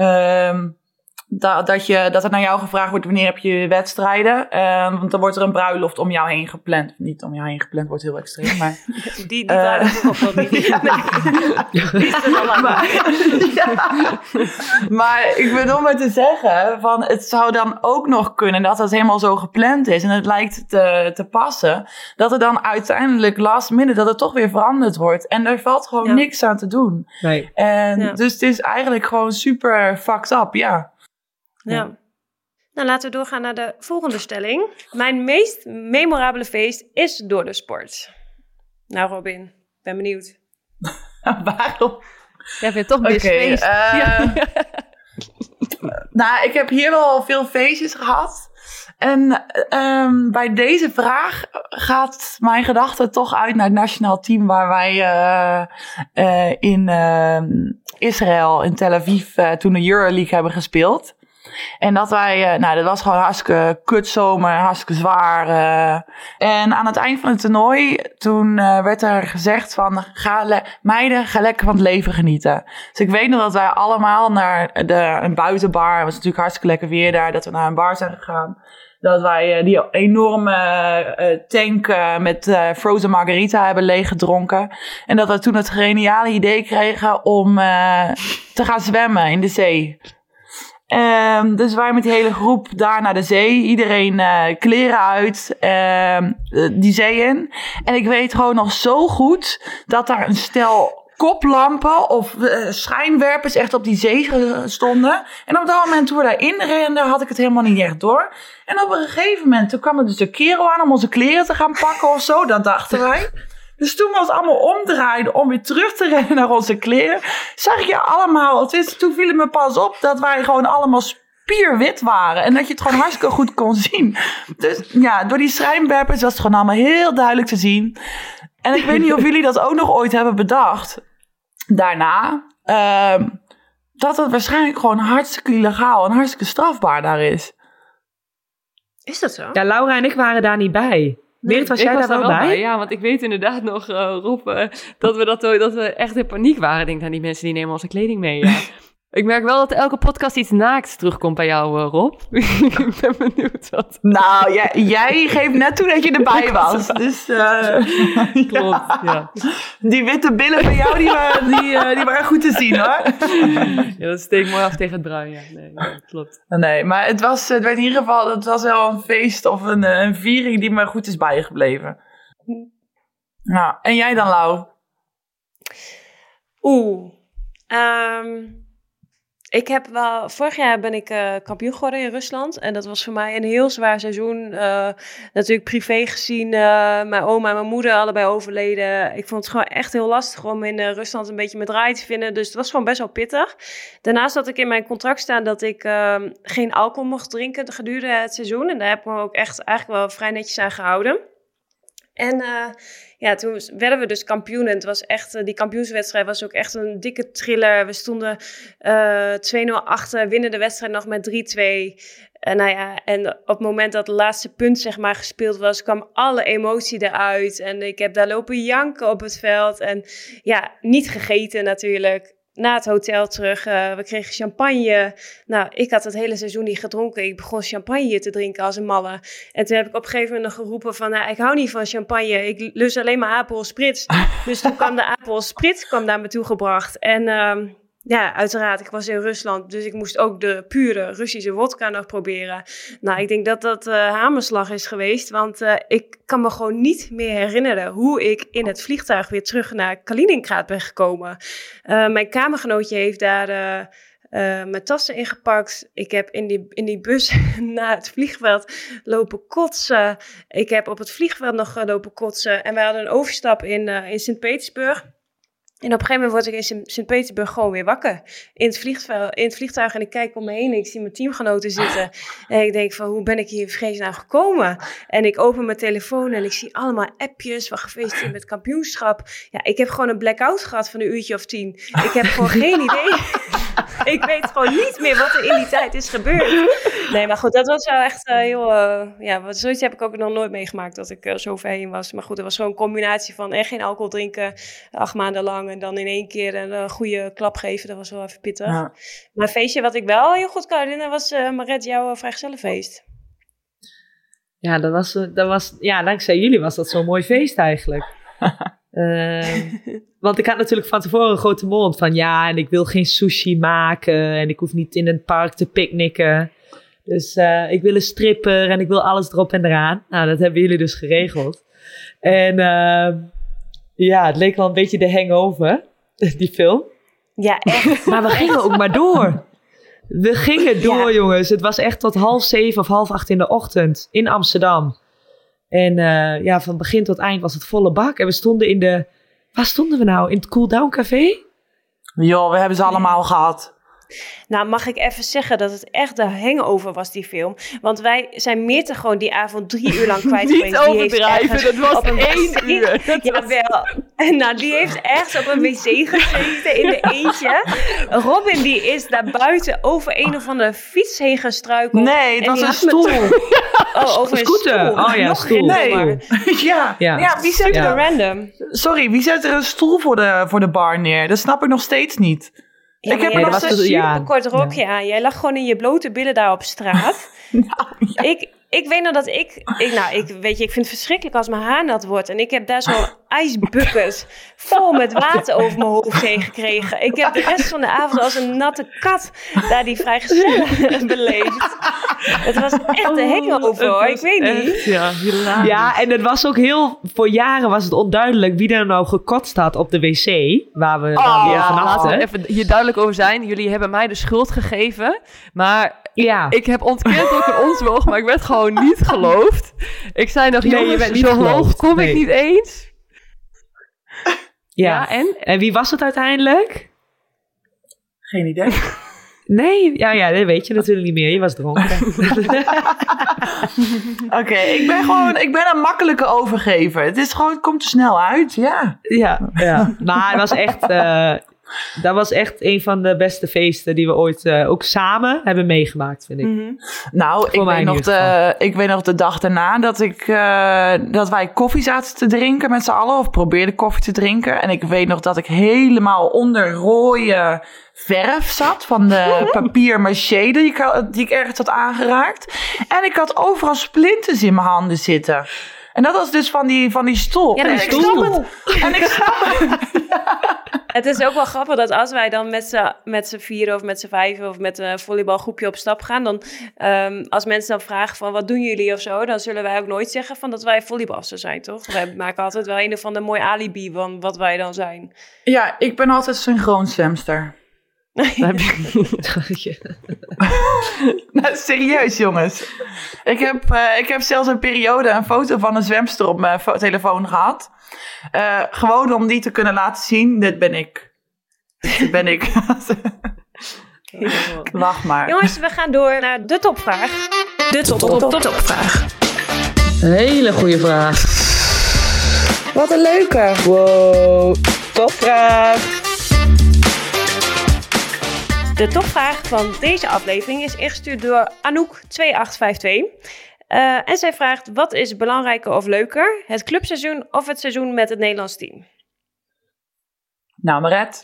dat er naar jou gevraagd wordt, wanneer heb je wedstrijden? Want dan wordt er een bruiloft om jou heen gepland. Niet om jou heen gepland, wordt heel extreem, maar die bruiloft ook wel niet. Die is er al lang. Maar ik bedoel maar te zeggen, van het zou dan ook nog kunnen dat het helemaal zo gepland is en het lijkt te passen, dat er dan uiteindelijk last minute dat het toch weer veranderd wordt. En er valt gewoon niks aan te doen. Nee. En dus het is eigenlijk gewoon super fucked up, ja. Ja. Nou, laten we doorgaan naar de volgende stelling. Mijn meest memorabele feest is door de sport. Nou, Robin, ben benieuwd. Waarom? Ja, vind je toch mis feest? Nou, ik heb hier wel veel feestjes gehad. En bij deze vraag gaat mijn gedachte toch uit naar het nationaal team waar wij in Israël, in Tel Aviv, toen de Euroleague hebben gespeeld. En dat wij, dat was gewoon hartstikke kutzomer, hartstikke zwaar. En aan het eind van het toernooi, toen werd er gezegd van, meiden, ga lekker van het leven genieten. Dus ik weet nog dat wij allemaal naar een buitenbar, het was natuurlijk hartstikke lekker weer daar, dat we naar een bar zijn gegaan. Dat wij die enorme tank met frozen margarita hebben leeggedronken. En dat we toen het geniale idee kregen om te gaan zwemmen in de zee. Dus wij met die hele groep daar naar de zee. Iedereen kleren uit, die zee in. En ik weet gewoon nog zo goed dat daar een stel koplampen of schijnwerpers echt op die zee stonden. En op dat moment toen we daarin renden, had ik het helemaal niet echt door. En op een gegeven moment, toen kwam er dus een kerel aan om onze kleren te gaan pakken of zo. Dat dachten wij. Dus toen we ons allemaal omdraaiden om weer terug te rennen naar onze kleren, zag je allemaal, toen viel het me pas op dat wij gewoon allemaal spierwit waren. En dat je het gewoon hartstikke goed kon zien. Dus ja, door die schijnwerpers was het gewoon allemaal heel duidelijk te zien. En ik weet niet of jullie dat ook nog ooit hebben bedacht. Daarna, dat het waarschijnlijk gewoon hartstikke illegaal en hartstikke strafbaar daar is. Is dat zo? Ja, Laura en ik waren daar niet bij. Meert, was jij daar wel bij? Ja, want ik weet inderdaad nog, Rob, dat we echt in paniek waren. Ik denk, die mensen die nemen onze kleding mee. Ja. Ik merk wel dat elke podcast iets naakt terugkomt bij jou, Rob. Ik ben benieuwd wat. Nou, jij geeft net toe dat je erbij was. Dus, klopt, ja. Die witte billen van jou, die waren goed te zien, hoor. Ja, dat steekt mooi af tegen het bruin, ja. Nee, klopt. Nee, maar het werd in ieder geval, het was wel een feest of een viering die me goed is bijgebleven. Nou, en jij dan, Lau? Vorig jaar ben ik kampioen geworden in Rusland. En dat was voor mij een heel zwaar seizoen. Natuurlijk privé gezien. Mijn oma en mijn moeder allebei overleden. Ik vond het gewoon echt heel lastig om in Rusland een beetje mijn draai te vinden. Dus het was gewoon best wel pittig. Daarnaast had ik in mijn contract staan dat ik geen alcohol mocht drinken gedurende het seizoen. En daar heb ik me ook echt eigenlijk wel vrij netjes aan gehouden. En toen werden we dus kampioen. En het was echt, die kampioenswedstrijd was ook echt een dikke thriller. We stonden 2-0 achter, winnen de wedstrijd nog met 3-2. En op het moment dat het laatste punt zeg maar gespeeld was, kwam alle emotie eruit. En ik heb daar lopen janken op het veld. En ja, niet gegeten natuurlijk. Na het hotel terug, we kregen champagne. Nou, ik had het hele seizoen niet gedronken. Ik begon champagne te drinken als een malle. En toen heb ik op een gegeven moment nog geroepen van... ik hou niet van champagne, ik lust alleen maar Aperol Spritz. Dus toen kwam de Aperol Spritz naar me toe gebracht. En uiteraard, ik was in Rusland, dus ik moest ook de pure Russische wodka nog proberen. Nou, ik denk dat dat hamerslag is geweest, want ik kan me gewoon niet meer herinneren hoe ik in het vliegtuig weer terug naar Kaliningrad ben gekomen. Mijn kamergenootje heeft daar mijn tassen ingepakt. Ik heb in die bus naar het vliegveld lopen kotsen. Ik heb op het vliegveld nog lopen kotsen. En wij hadden een overstap in Sint-Petersburg. En op een gegeven moment word ik in Sint-Petersburg gewoon weer wakker. In het vliegtuig en ik kijk om me heen en ik zie mijn teamgenoten zitten. En ik denk van, hoe ben ik hier vreselijk gekomen? En ik open mijn telefoon en ik zie allemaal appjes van gefeliciteerd met kampioenschap. Ja, ik heb gewoon een blackout gehad van een uurtje of 10. Ik heb gewoon geen idee. Ik weet gewoon niet meer wat er in die tijd is gebeurd. Nee, maar goed, dat was wel echt heel... zoiets heb ik ook nog nooit meegemaakt dat ik zo ver heen was. Maar goed, er was zo'n combinatie van geen alcohol drinken 8 maanden lang. En dan in 1 keer een goede klap geven, dat was wel even pittig. Ja. Maar een feestje wat ik wel heel goed kan herinneren was Maret, jouw vrijgezellenfeest. Ja, dat was dankzij jullie was dat zo'n mooi feest eigenlijk. Want ik had natuurlijk van tevoren een grote mond van en ik wil geen sushi maken en ik hoef niet in een park te picknicken. Dus ik wil een stripper en ik wil alles erop en eraan. Nou, dat hebben jullie dus geregeld. En het leek wel een beetje de Hangover, die film. Ja, echt. Maar we gingen ook maar door. We gingen door, jongens. Het was echt tot 6:30 of 7:30 in de ochtend in Amsterdam. En van begin tot eind was het volle bak. En we stonden waar stonden we nou? In het Cool Down Café? Joh, we hebben ze allemaal gehad. Nou, mag ik even zeggen dat het echt de hangover was, die film. Want wij zijn Meerte gewoon die avond 3 uur lang kwijt geweest. Niet overdrijven, dat was 1 uur. Jawel. Nou, die heeft echt op een wc gezeten in de eentje. Robin die is daar buiten over een of andere fiets heen gestruikeld. Nee, het was een stoel. Over een scooter. stoel. Oh ja, stoel. Nee. Ja, wie zet er random? Sorry, wie zet er een stoel voor de bar neer? Dat snap ik nog steeds niet. Ja, ik heb er nog steeds een kort rokje aan. Jij lag gewoon in je blote billen daar op straat. Ik weet nog dat ik vind het verschrikkelijk als mijn haar nat wordt. En ik heb daar zo'n ijsbucket vol met water over mijn hoofd heen gekregen. Ik heb de rest van de avond als een natte kat daar die vrijgezellen beleefd. Het was echt een hangover hoor, ik weet niet. Ja, en het was ook voor jaren was het onduidelijk wie er nou gekotst had op de wc. Waar we dan laten we even hier duidelijk over zijn. Jullie hebben mij de schuld gegeven, maar... Ja. Ik heb ontkend dat ik er ons woog, maar ik werd gewoon niet geloofd. Ik zei nog, jongens, zo hoog kom ik niet eens. Ja, en wie was het uiteindelijk? Geen idee. Nee, dat weet je natuurlijk niet meer. Je was dronken. Oké, ik ben een makkelijke overgever. Het komt er snel uit, ja. Ja. Maar het was echt... dat was echt een van de beste feesten die we ooit ook samen hebben meegemaakt, vind ik. Mm-hmm. Nou, ik weet nog de dag daarna dat wij koffie zaten te drinken met z'n allen. Of probeerden koffie te drinken. En ik weet nog dat ik helemaal onder rode verf zat van de papier-maché die ik ergens had aangeraakt. En ik had overal splinters in mijn handen zitten. En dat was dus van die stoel. Ja, en ik snap het. Het is ook wel grappig dat als wij dan met z'n 4 of met z'n 5 of met een volleybalgroepje op stap gaan, dan als mensen dan vragen van wat doen jullie of zo, dan zullen wij ook nooit zeggen van dat wij volleybalsters zijn, toch? Wij maken altijd wel een of ander mooi alibi van wat wij dan zijn. Ja, ik ben altijd synchroonswemster. Dan heb je... Nou, serieus, jongens. Ik heb zelfs een periode een foto van een zwemster op mijn telefoon gehad. Gewoon om die te kunnen laten zien. Dit ben ik. Lach maar. Jongens, we gaan door naar de topvraag. De topvraag. Een hele goede vraag. Wat een leuke. Wow, topvraag. De topvraag van deze aflevering is ingestuurd door Anouk2852. En zij vraagt, wat is belangrijker of leuker? Het clubseizoen of het seizoen met het Nederlands team? Nou, Maret.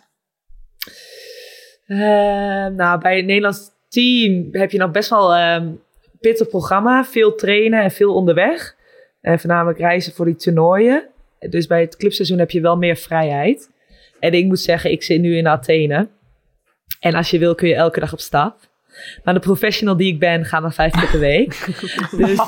Bij het Nederlands team heb je nog best wel pittig programma. Veel trainen en veel onderweg. En voornamelijk reizen voor die toernooien. Dus bij het clubseizoen heb je wel meer vrijheid. En ik moet zeggen, ik zit nu in Athene. En als je wil kun je elke dag op stap. Maar de professional die ik ben, gaan we 5 keer per week. Dus...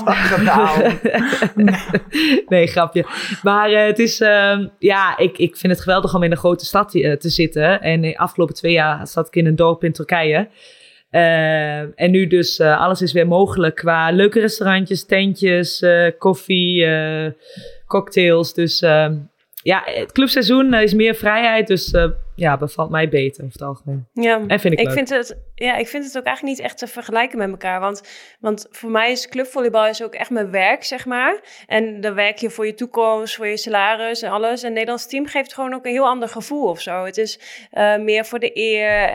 Nee, grapje. Maar het is... ik vind het geweldig om in een grote stad te zitten. En de afgelopen 2 jaar zat ik in een dorp in Turkije. En nu dus alles is weer mogelijk qua leuke restaurantjes, tentjes, koffie, cocktails. Dus het clubseizoen is meer vrijheid. Dus bevalt mij beter over het algemeen. Ja, en vind ik leuk. Ik vind het ook eigenlijk niet echt te vergelijken met elkaar. Want voor mij is clubvolleybal ook echt mijn werk, zeg maar. En dan werk je voor je toekomst, voor je salaris en alles. En het Nederlands team geeft gewoon ook een heel ander gevoel of zo. Het is meer voor de eer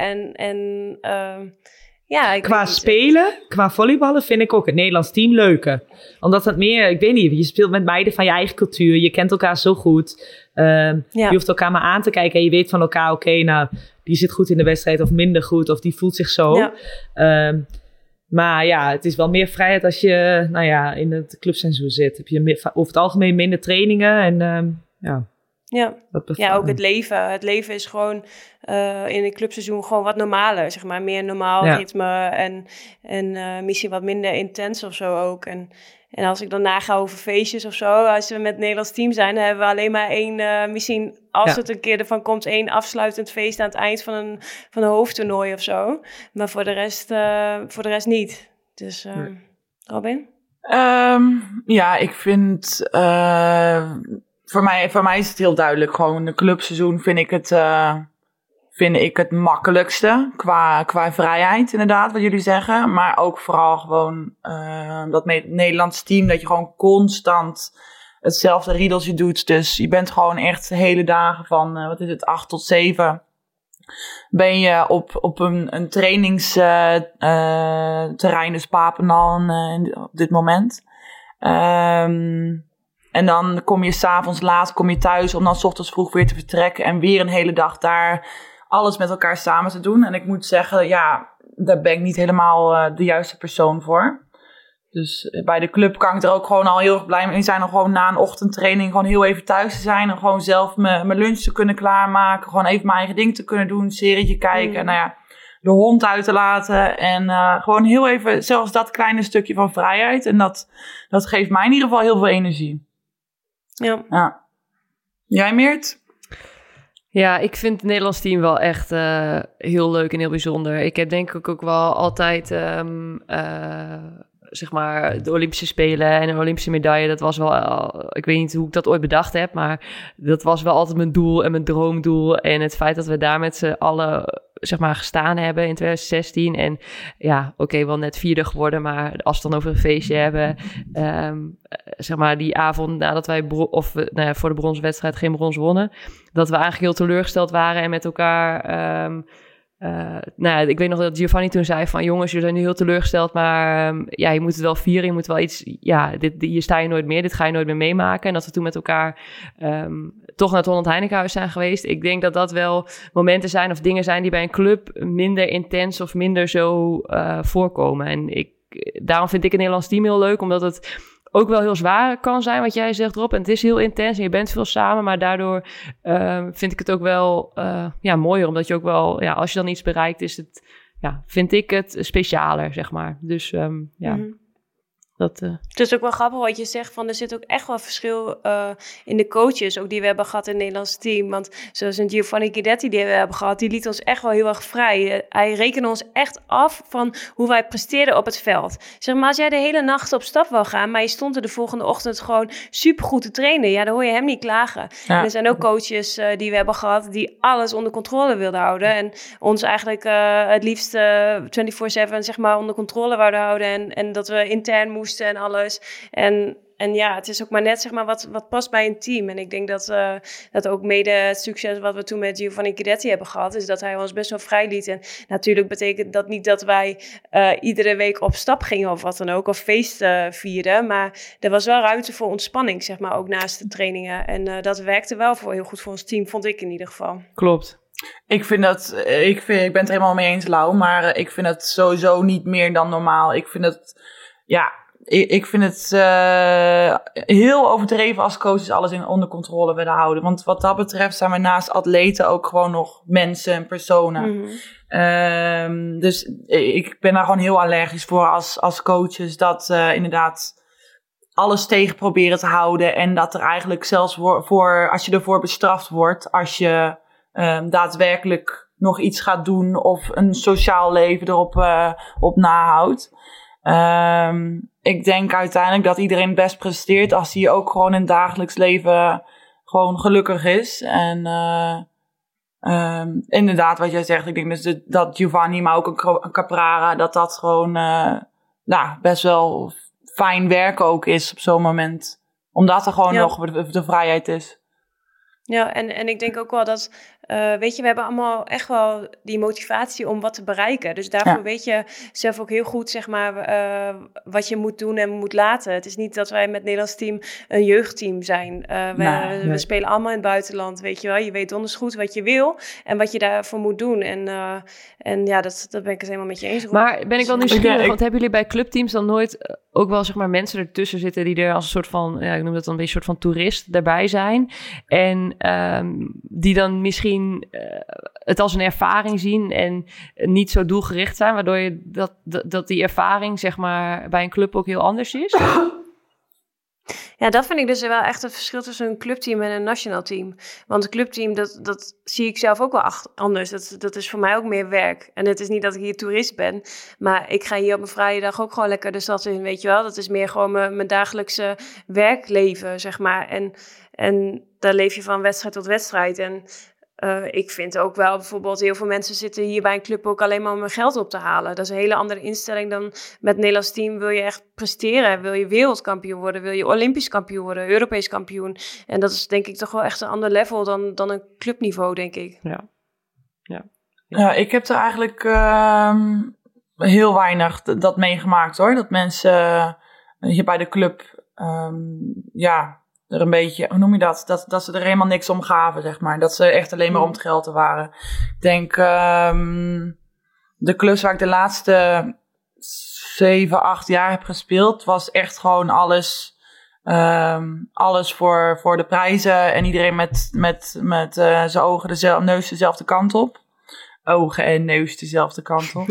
qua spelen, qua volleyballen vind ik ook het Nederlands team leuker. Omdat het meer, ik weet niet, je speelt met meiden van je eigen cultuur. Je kent elkaar zo goed. Je hoeft elkaar maar aan te kijken en je weet van elkaar, oké, die zit goed in de wedstrijd of minder goed. Of die voelt zich zo. Ja. Maar ja, het is wel meer vrijheid als je in het clubseizoen zit. Heb je over het algemeen minder trainingen en Ja, ook het leven. Het leven is gewoon in het clubseizoen gewoon wat normaler, zeg maar. Meer normaal ritme en misschien wat minder intens of zo ook. En als ik dan naga over feestjes of zo, als we met het Nederlands team zijn, dan hebben we alleen maar één, misschien als het een keer ervan komt, 1 afsluitend feest aan het eind van een hoofdtoernooi of zo. Maar voor de rest niet. Dus, Robin? Ik vind... Voor mij is het heel duidelijk. Gewoon een clubseizoen vind ik het makkelijkste. Qua vrijheid, inderdaad, wat jullie zeggen. Maar ook vooral gewoon dat Nederlands team, dat je gewoon constant hetzelfde riedeltje doet. Dus je bent gewoon echt de hele dagen van, 8 tot 7... ben je op een trainingsterrein, dus Papendal op dit moment. En dan kom je 's avonds laat thuis om dan 's ochtends vroeg weer te vertrekken. En weer een hele dag daar alles met elkaar samen te doen. En ik moet zeggen, daar ben ik niet helemaal de juiste persoon voor. Dus bij de club kan ik er ook gewoon al heel erg blij mee zijn. Om gewoon na een ochtendtraining gewoon heel even thuis te zijn. En gewoon zelf mijn lunch te kunnen klaarmaken. Gewoon even mijn eigen ding te kunnen doen. Een serietje kijken. En de hond uit te laten. En gewoon heel even zelfs dat kleine stukje van vrijheid. En dat geeft mij in ieder geval heel veel energie. Ja. Jij, Meert? Ja, ik vind het Nederlands team wel echt heel leuk en heel bijzonder. Ik heb denk ik ook wel altijd, zeg maar, de Olympische Spelen en een Olympische medaille. Dat was wel, ik weet niet hoe ik dat ooit bedacht heb, maar dat was wel altijd mijn doel en mijn droomdoel. En het feit dat we daar met z'n allen, zeg maar, gestaan hebben in 2016. En wel net 4e geworden, maar als we het dan over een feestje hebben, zeg maar die avond nadat wij voor de bronswedstrijd geen brons wonnen, dat we eigenlijk heel teleurgesteld waren en met elkaar... ik weet nog dat Giovanni toen zei van, jongens, jullie zijn nu heel teleurgesteld, maar je moet het wel vieren, je moet wel iets, hier sta je nooit meer, dit ga je nooit meer meemaken. En dat we toen met elkaar toch naar het Holland Heinekenhuis zijn geweest. Ik denk dat dat wel momenten zijn of dingen zijn die bij een club minder intens of minder zo voorkomen. En daarom vind ik het Nederlands team heel leuk, omdat het ook wel heel zwaar kan zijn, wat jij zegt, Rob. En het is heel intens en je bent veel samen, maar daardoor vind ik het ook wel mooier, omdat je ook wel, als je dan iets bereikt, is het, vind ik het specialer, zeg maar. Dus, Mm-hmm. Het is ook wel grappig wat je zegt, van er zit ook echt wel verschil in de coaches, ook die we hebben gehad in het Nederlands team. Want zoals een Giovanni Guidetti die we hebben gehad, die liet ons echt wel heel erg vrij. Hij rekende ons echt af van hoe wij presteerden op het veld. Zeg maar, als jij de hele nacht op stap wil gaan, maar je stond er de volgende ochtend gewoon supergoed te trainen, ja, dan hoor je hem niet klagen. Ja. En er zijn ook coaches die we hebben gehad, die alles onder controle wilden houden. En ons eigenlijk het liefst 24/7 zeg maar onder controle wouden houden. En dat we intern moesten en alles. En ja, het is ook maar net zeg maar wat past bij een team. En ik denk dat ook mede het succes wat we toen met Giovanni Guidetti hebben gehad, is dat hij ons best wel vrij liet. En natuurlijk betekent dat niet dat wij iedere week op stap gingen of wat dan ook, of feest vierden. Maar er was wel ruimte voor ontspanning, zeg maar, ook naast de trainingen. En dat werkte wel heel goed voor ons team, vond ik in ieder geval. Klopt. Ik ben het er helemaal mee eens, Lau, maar ik vind het sowieso niet meer dan normaal. Ik vind het heel overdreven als coaches alles onder controle willen houden. Want wat dat betreft zijn we naast atleten ook gewoon nog mensen en personen. Mm-hmm. Dus ik ben daar gewoon heel allergisch voor als coaches. Dat inderdaad alles tegen proberen te houden. En dat er eigenlijk zelfs voor als je ervoor bestraft wordt, als je daadwerkelijk nog iets gaat doen of een sociaal leven erop op nahoudt. Ik denk uiteindelijk dat iedereen het best presteert als hij ook gewoon in het dagelijks leven gewoon gelukkig is. En inderdaad wat jij zegt, ik denk dus dat Giovanni, maar ook een Caprara, dat gewoon best wel fijn werk ook is op zo'n moment. Omdat er gewoon nog de vrijheid is. Ja, en ik denk ook wel dat, weet je, we hebben allemaal echt wel die motivatie om wat te bereiken. Dus daarvoor weet je zelf ook heel goed, zeg maar, wat je moet doen en moet laten. Het is niet dat wij met het Nederlands team een jeugdteam zijn. We spelen allemaal in het buitenland, weet je wel. Je weet donders goed wat je wil en wat je daarvoor moet doen. En ja, dat ben ik het helemaal met je eens. Maar ben ik wel nieuwsgierig, want hebben jullie bij clubteams dan nooit ook wel, zeg maar, mensen ertussen zitten die er als een soort van, ik noem dat dan een soort van toerist daarbij zijn en die dan misschien het als een ervaring zien en niet zo doelgericht zijn, waardoor je dat die ervaring, zeg maar, bij een club ook heel anders is? Ja, dat vind ik dus wel echt het verschil tussen een clubteam en een nationaal team. Want een clubteam, dat zie ik zelf ook wel anders. Dat is voor mij ook meer werk. En het is niet dat ik hier toerist ben, maar ik ga hier op mijn vrije dag ook gewoon lekker de stad in, weet je wel. Dat is meer gewoon mijn dagelijkse werkleven, zeg maar. En daar leef je van wedstrijd tot wedstrijd. En ik vind ook wel bijvoorbeeld, heel veel mensen zitten hier bij een club ook alleen maar om hun geld op te halen. Dat is een hele andere instelling dan met het Nederlands team. Wil je echt presteren? Wil je wereldkampioen worden? Wil je Olympisch kampioen worden? Europees kampioen? En dat is denk ik toch wel echt een ander level dan een clubniveau, denk ik. Ja, ik heb er eigenlijk heel weinig dat meegemaakt, hoor. Dat mensen hier bij de club, er een beetje, hoe noem je dat? Dat ze er helemaal niks om gaven, zeg maar. Dat ze echt alleen maar om het geld waren. Ik denk, de clubs waar ik de laatste 7-8 jaar heb gespeeld, was echt gewoon alles voor de prijzen. En iedereen met zijn ogen, neus dezelfde kant op. Ogen en neus dezelfde kant op.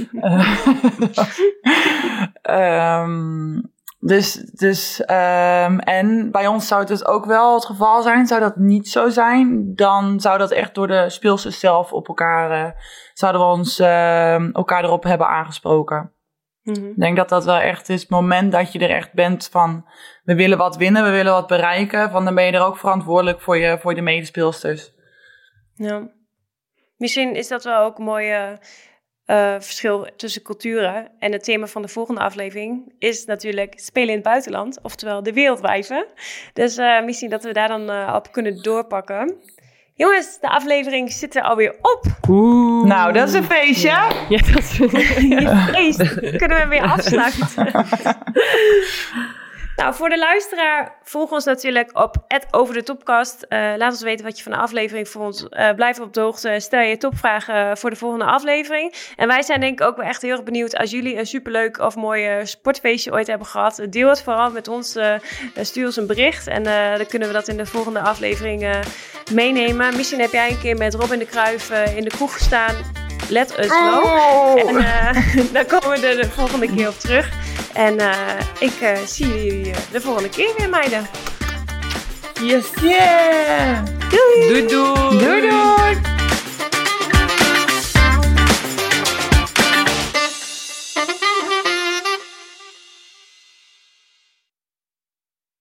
En bij ons zou het dus ook wel het geval zijn. Zou dat niet zo zijn, dan zou dat echt door de speelsters zelf op elkaar, zouden we ons elkaar erop hebben aangesproken. Mm-hmm. Ik denk dat dat wel echt is het moment dat je er echt bent van, we willen wat winnen, we willen wat bereiken. Van dan ben je er ook verantwoordelijk voor de medespeelsters. Ja. Misschien is dat wel ook een mooie verschil tussen culturen. En het thema van de volgende aflevering is natuurlijk spelen in het buitenland. Oftewel de wereldwijven. Dus misschien dat we daar dan op kunnen doorpakken. Jongens, de aflevering zit er alweer op. Oeh. Nou, dat is een feestje. Ja, dat is een feest. Kunnen we weer afsluiten. Nou, voor de luisteraar, volg ons natuurlijk op @overdetopcast. Laat ons weten wat je van de aflevering vond. Blijf op de hoogte. Stel je topvragen voor de volgende aflevering. En wij zijn denk ik ook wel echt heel erg benieuwd als jullie een superleuk of mooi sportfeestje ooit hebben gehad. Deel het vooral met ons. Stuur ons een bericht. En dan kunnen we dat in de volgende aflevering meenemen. Misschien heb jij een keer met Robin de Cruijff in de kroeg gestaan. Let us know. En dan komen we er de volgende keer op terug. En ik zie jullie de volgende keer weer, meiden. Yes, yeah! Doei! Doei doei! Doei doei!